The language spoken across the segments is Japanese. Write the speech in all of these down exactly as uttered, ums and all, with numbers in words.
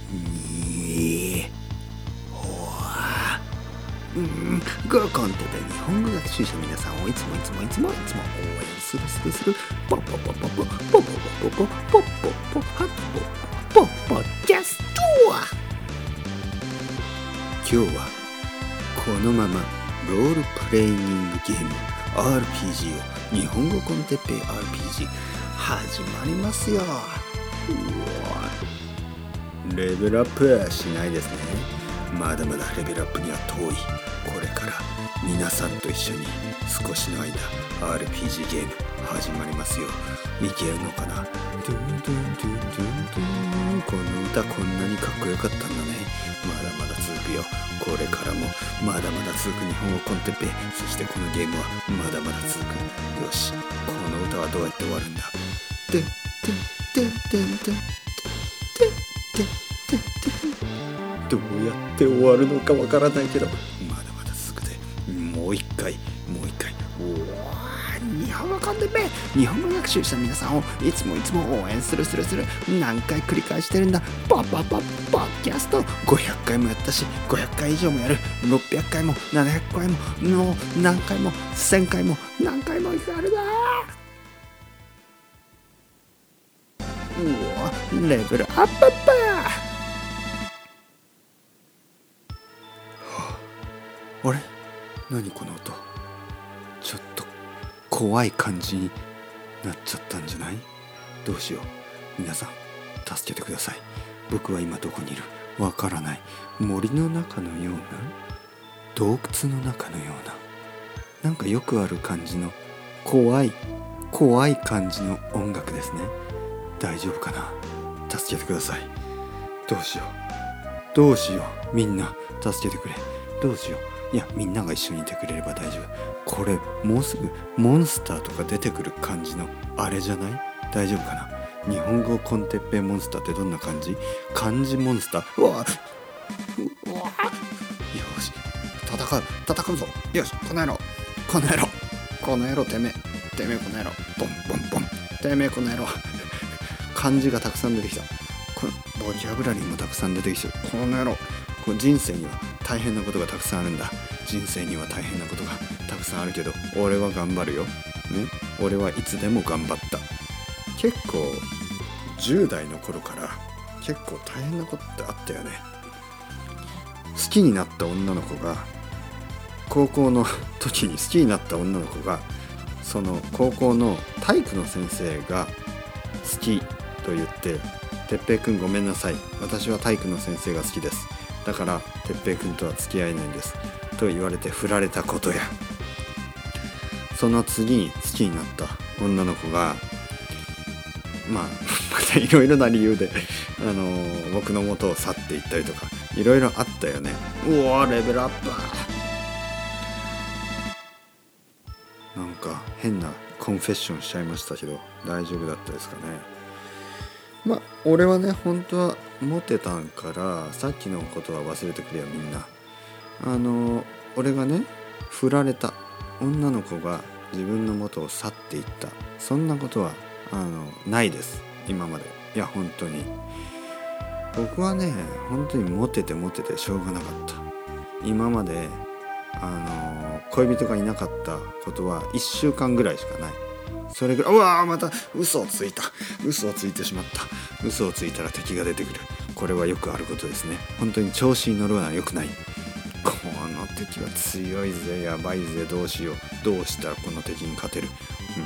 にほわうんゴロコンテで日本語学習者皆さんをいつもいつもいつもいつも応援するするするポポポポポポポポポポポポポポポポポキャスト。今日はこのままロールプレイングゲーム アールピージー を日本語コンテッペイ アールピージー 始まりますよ。うわレベルアップはしないですね。まだまだレベルアップには遠い。これから皆さんと一緒に少しの間 アールピージー ゲーム始まりますよ。いけるのかな。ドゥンドゥンドゥンドゥンドゥン。この歌こんなにかっこよかったんだね。まだまだ続くよ。これからもまだまだ続く日本語コンテッペイ。そしてこのゲームはまだまだ続く。よし、この歌はどうやって終わるんだ。てってってってってどうやって終わるのかわからないけど、まだまだ続くぜ。もう一回もう一回。お日本語コンテッペイ、日本語学習した皆さんをいつもいつも応援するするする。何回繰り返してるんだ。パパパパッキャストごひゃっかいもやったし、ごひゃっかい以上もやる。ろっぴゃっかいもななひゃっかいももう何回もせんかいも何回もやるな。うわレベルアップップ。あれ何この音。ちょっと怖い感じになっちゃったんじゃない。どうしよう。皆さん助けてください。僕は今どこにいるわからない。森の中のような、洞窟の中のような、なんかよくある感じの怖い怖い感じの音楽ですね。大丈夫かな。助けてください。どうしようどうしよう。みんな助けてくれ。どうしよう。いやみんなが一緒にいてくれれば大丈夫。これもうすぐモンスターとか出てくる感じのあれじゃない。大丈夫かな。日本語コンテッペイモンスターってどんな感じ。漢字モンスター。うわうわよし戦う戦うぞ。よしこの野郎この野郎この野郎てめえてめえこの野郎ボンボンボンてめえこの野郎漢字がたくさん出てきた。このボキャブラリーもたくさん出てきてる。この野郎この人生には大変なことがたくさんあるんだ。人生には大変なことがたくさんあるけど俺は頑張るよ、ね、俺はいつでも頑張った。結構じゅう代の頃から結構大変なことってあったよね。好きになった女の子が高校の時に好きになった女の子がその高校の体育の先生が好きと言って、てっぺいくんごめんなさい、私は体育の先生が好きです、だからてっぺいくんとは付き合えないんですと言われて振られたことや、その次に好きになった女の子がまあまたいろいろな理由であのー、僕の元を去っていったりとかいろいろあったよね。うわレベルアップ。なんか変なコンフェッションしちゃいましたけど大丈夫だったですかね。まあ俺はね本当はモテたんからさっきのことは忘れてくれよみんな。あの俺がね振られた女の子が自分の元を去っていった、そんなことはあのないです今まで。いや本当に僕はね本当にモテてモテてしょうがなかった。今まであの恋人がいなかったことはいっしゅうかんぐらいしかない。それぐらい。うわーまた嘘をついた嘘をついてしまった。嘘をついたら敵が出てくる。これはよくあることですね。本当に調子に乗るのは良くない。この敵は強いぜ、やばいぜ、どうしよう、どうしたらこの敵に勝てる、うん、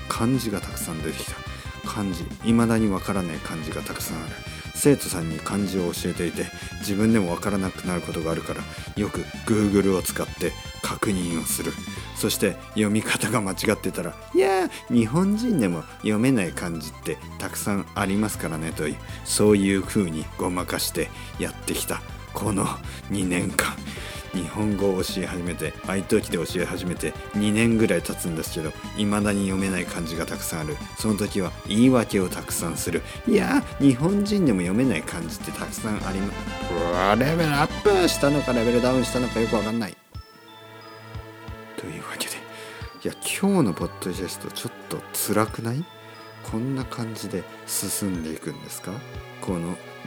漢字がたくさん出てきた。漢字未だにわからない漢字がたくさんある。生徒さんに漢字を教えていて自分でもわからなくなることがあるからよく Google を使って確認をする。そして読み方が間違ってたらいや日本人でも読めない漢字ってたくさんありますからねという、そういう風にごまかしてやってきたこのにねんかん。日本語を教え始めて愛登記で教え始めてにねんぐらい経つんですけど未だに読めない漢字がたくさんある。その時は言い訳をたくさんする。いや日本人でも読めない漢字ってたくさんあります。うわレベルアップしたのかレベルダウンしたのかよくわかんないというわけで、いや今日のポッドキャストちょっと辛くない？こんな感じで進んでいくんですか？この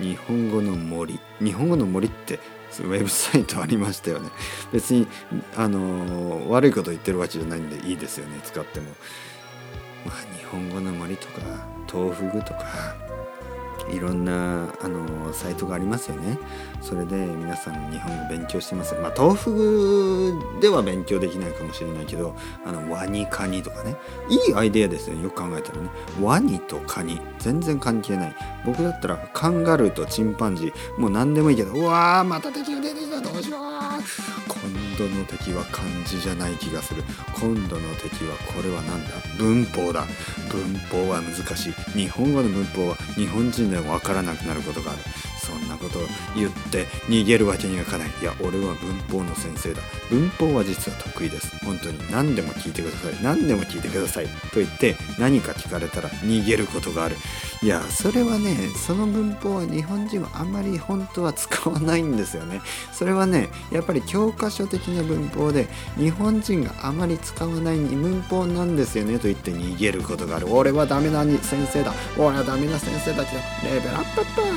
日本語の森。日本語の森ってウェブサイトありましたよね。別にあの悪いこと言ってるわけじゃないんでいいですよね、使っても。まあ日本語の森とか豆腐具とかいろんなあのサイトがありますよね。それで皆さん日本語勉強してます。まあ豆腐では勉強できないかもしれないけど、あのワニカニとかね、いいアイデアですよね。よく考えたらね、ワニとカニ全然関係ない。僕だったらカンガルーとチンパンジーもう何でもいいけど、うわーまた敵が出てきた、どうしよう。今度の敵は漢字じゃない気がする。今度の敵はこれはなんだ、文法だ。文法は難しい。日本語の文法は日本人でもわからなくなることがある。そんなことを言って逃げるわけにはいかない。いや、俺は文法の先生だ。文法は実は得意です。本当に何でも聞いてください。何でも聞いてくださいと言って何か聞かれたら逃げることがある。いや、それはね、その文法は日本人はあんまり本当は使わないんですよね。それはね、やっぱり教科書的な文法で日本人があまり使わない文法なんですよねと言って逃げることがある。俺はダメな先生だ。俺はダメな先生だけどレベルアップアップ。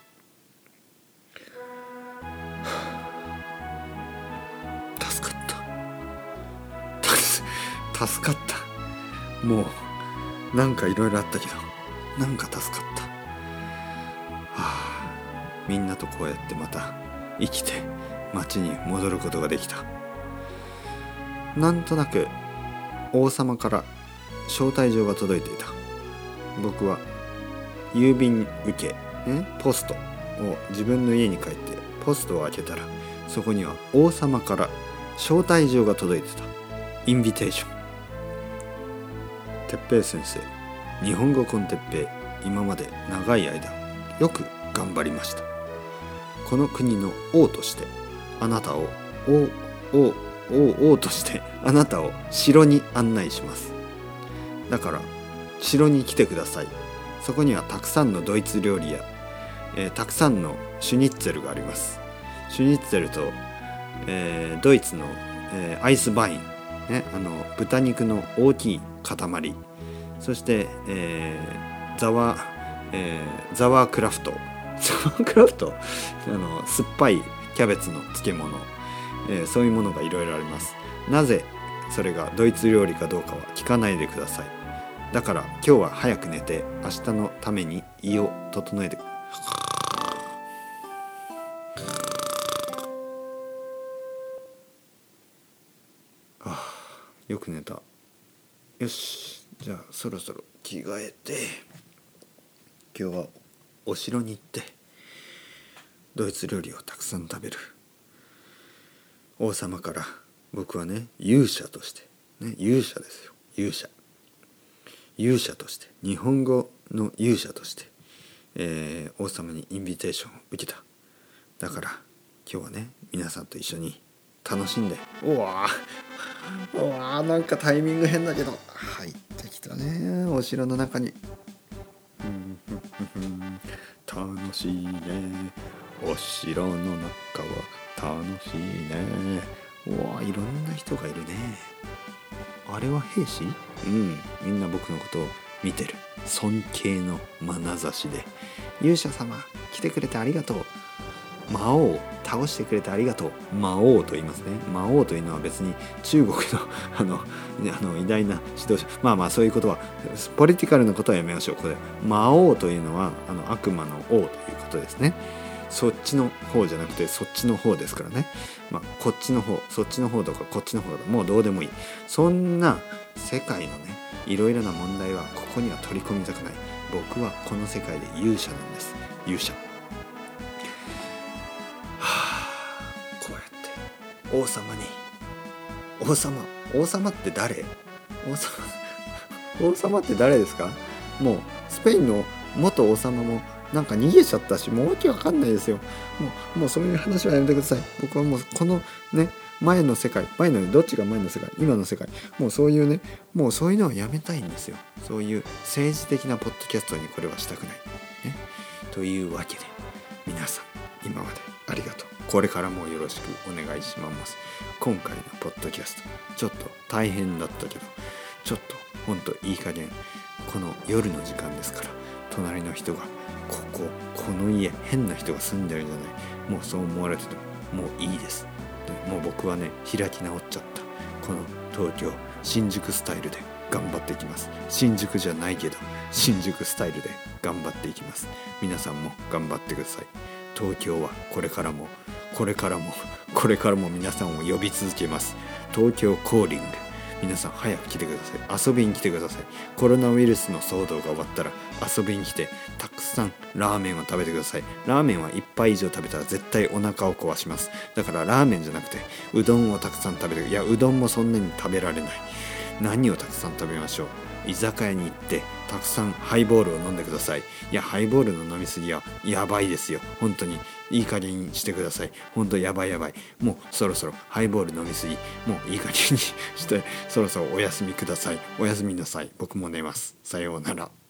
助かった助かった。もうなんかいろいろあったけどなんか助かった。はあ、みんなとこうやってまた生きて町に戻ることができた。なんとなく王様から招待状が届いていた。僕は郵便受け、ね、ポストを自分の家に帰ってポストを開けたら、そこには王様から招待状が届いてた。インビテーション。哲平先生、日本語コンテッペイ、今まで長い間よく頑張りました。この国の王としてあなたを王王王王としてあなたを城に案内します。だから城に来てください。そこにはたくさんのドイツ料理や、えー、たくさんのシュニッツェルがあります。シュニッツェルと、えー、ドイツの、えー、アイスバイン、ね、あの豚肉の大きい塊、そして、えー、ザワ、えー、ザワークラフトザワークラフトあの酸っぱいキャベツの漬物、えー、そういうものがいろいろあります。なぜそれがドイツ料理かどうかは聞かないでください。だから今日は早く寝て明日のために胃を整えて。あ、よく寝た。よし、じゃあそろそろ着替えて今日はお城に行ってドイツ料理をたくさん食べる。王様から僕はね、勇者として、ね、勇者ですよ、勇者勇者として、日本語の勇者として、えー、王様にインビテーションを受けた。だから今日はね、皆さんと一緒に楽しんで、うわーうわーなんかタイミング変だけど入ってきたね、お城の中に。楽しいね、お城の中は楽しいね。うわーいろんな人がいるね。あれは兵士？うん、みんな僕のことを見てる。尊敬の眼差しで、勇者様来てくれてありがとう、魔王を倒してくれてありがとう。魔王と言いますね。魔王というのは別に中国のあのあの偉大な指導者、まあまあそういうことはポリティカルなことはやめましょう。これ魔王というのはあの悪魔の王ということですね。そっちの方じゃなくてそっちの方ですからね。まあこっちの方、そっちの方とかこっちの方だともうどうでもいい。そんな世界のね、いろいろな問題はここには取り込みたくない。僕はこの世界で勇者なんです。勇者。はあ、こうやって王様に、王様王様って誰？王様王様って誰ですか？もうスペインの元王様もなんか逃げちゃったし、もうわけわかんないですよ。もう、もうそういう話はやめてください。僕はもうこのね、前の世界、前のどっちが前の世界、今の世界、もうそういうね、もうそういうのはやめたいんですよ。そういう政治的なポッドキャストにこれはしたくない、ね、というわけで皆さん今までありがとう。これからもよろしくお願いします。今回のポッドキャストちょっと大変だったけど、ちょっとほんといい加減この夜の時間ですから、隣の人がこここの家変な人が住んでるんじゃない、もうそう思われててももういいです。でもう僕はね開き直っちゃった。この東京新宿スタイルで頑張っていきます。新宿じゃないけど新宿スタイルで頑張っていきます。皆さんも頑張ってください。東京はこれからもこれからもこれからも皆さんを呼び続けます。東京コーリング、皆さん早く来てください。遊びに来てください。コロナウイルスの騒動が終わったら遊びに来てたくさんラーメンを食べてください。ラーメンは一杯以上食べたら絶対お腹を壊します。だからラーメンじゃなくてうどんをたくさん食べて、いやうどんもそんなに食べられない。何をたくさん食べましょう。居酒屋に行ってたくさんハイボールを飲んでください。いやハイボールの飲みすぎはやばいですよ。本当にいい加減にしてください。本当やばいやばい。もうそろそろハイボール飲みすぎ、もういい加減にしてそろそろお休みください。おやすみなさい。僕も寝ます。さようなら。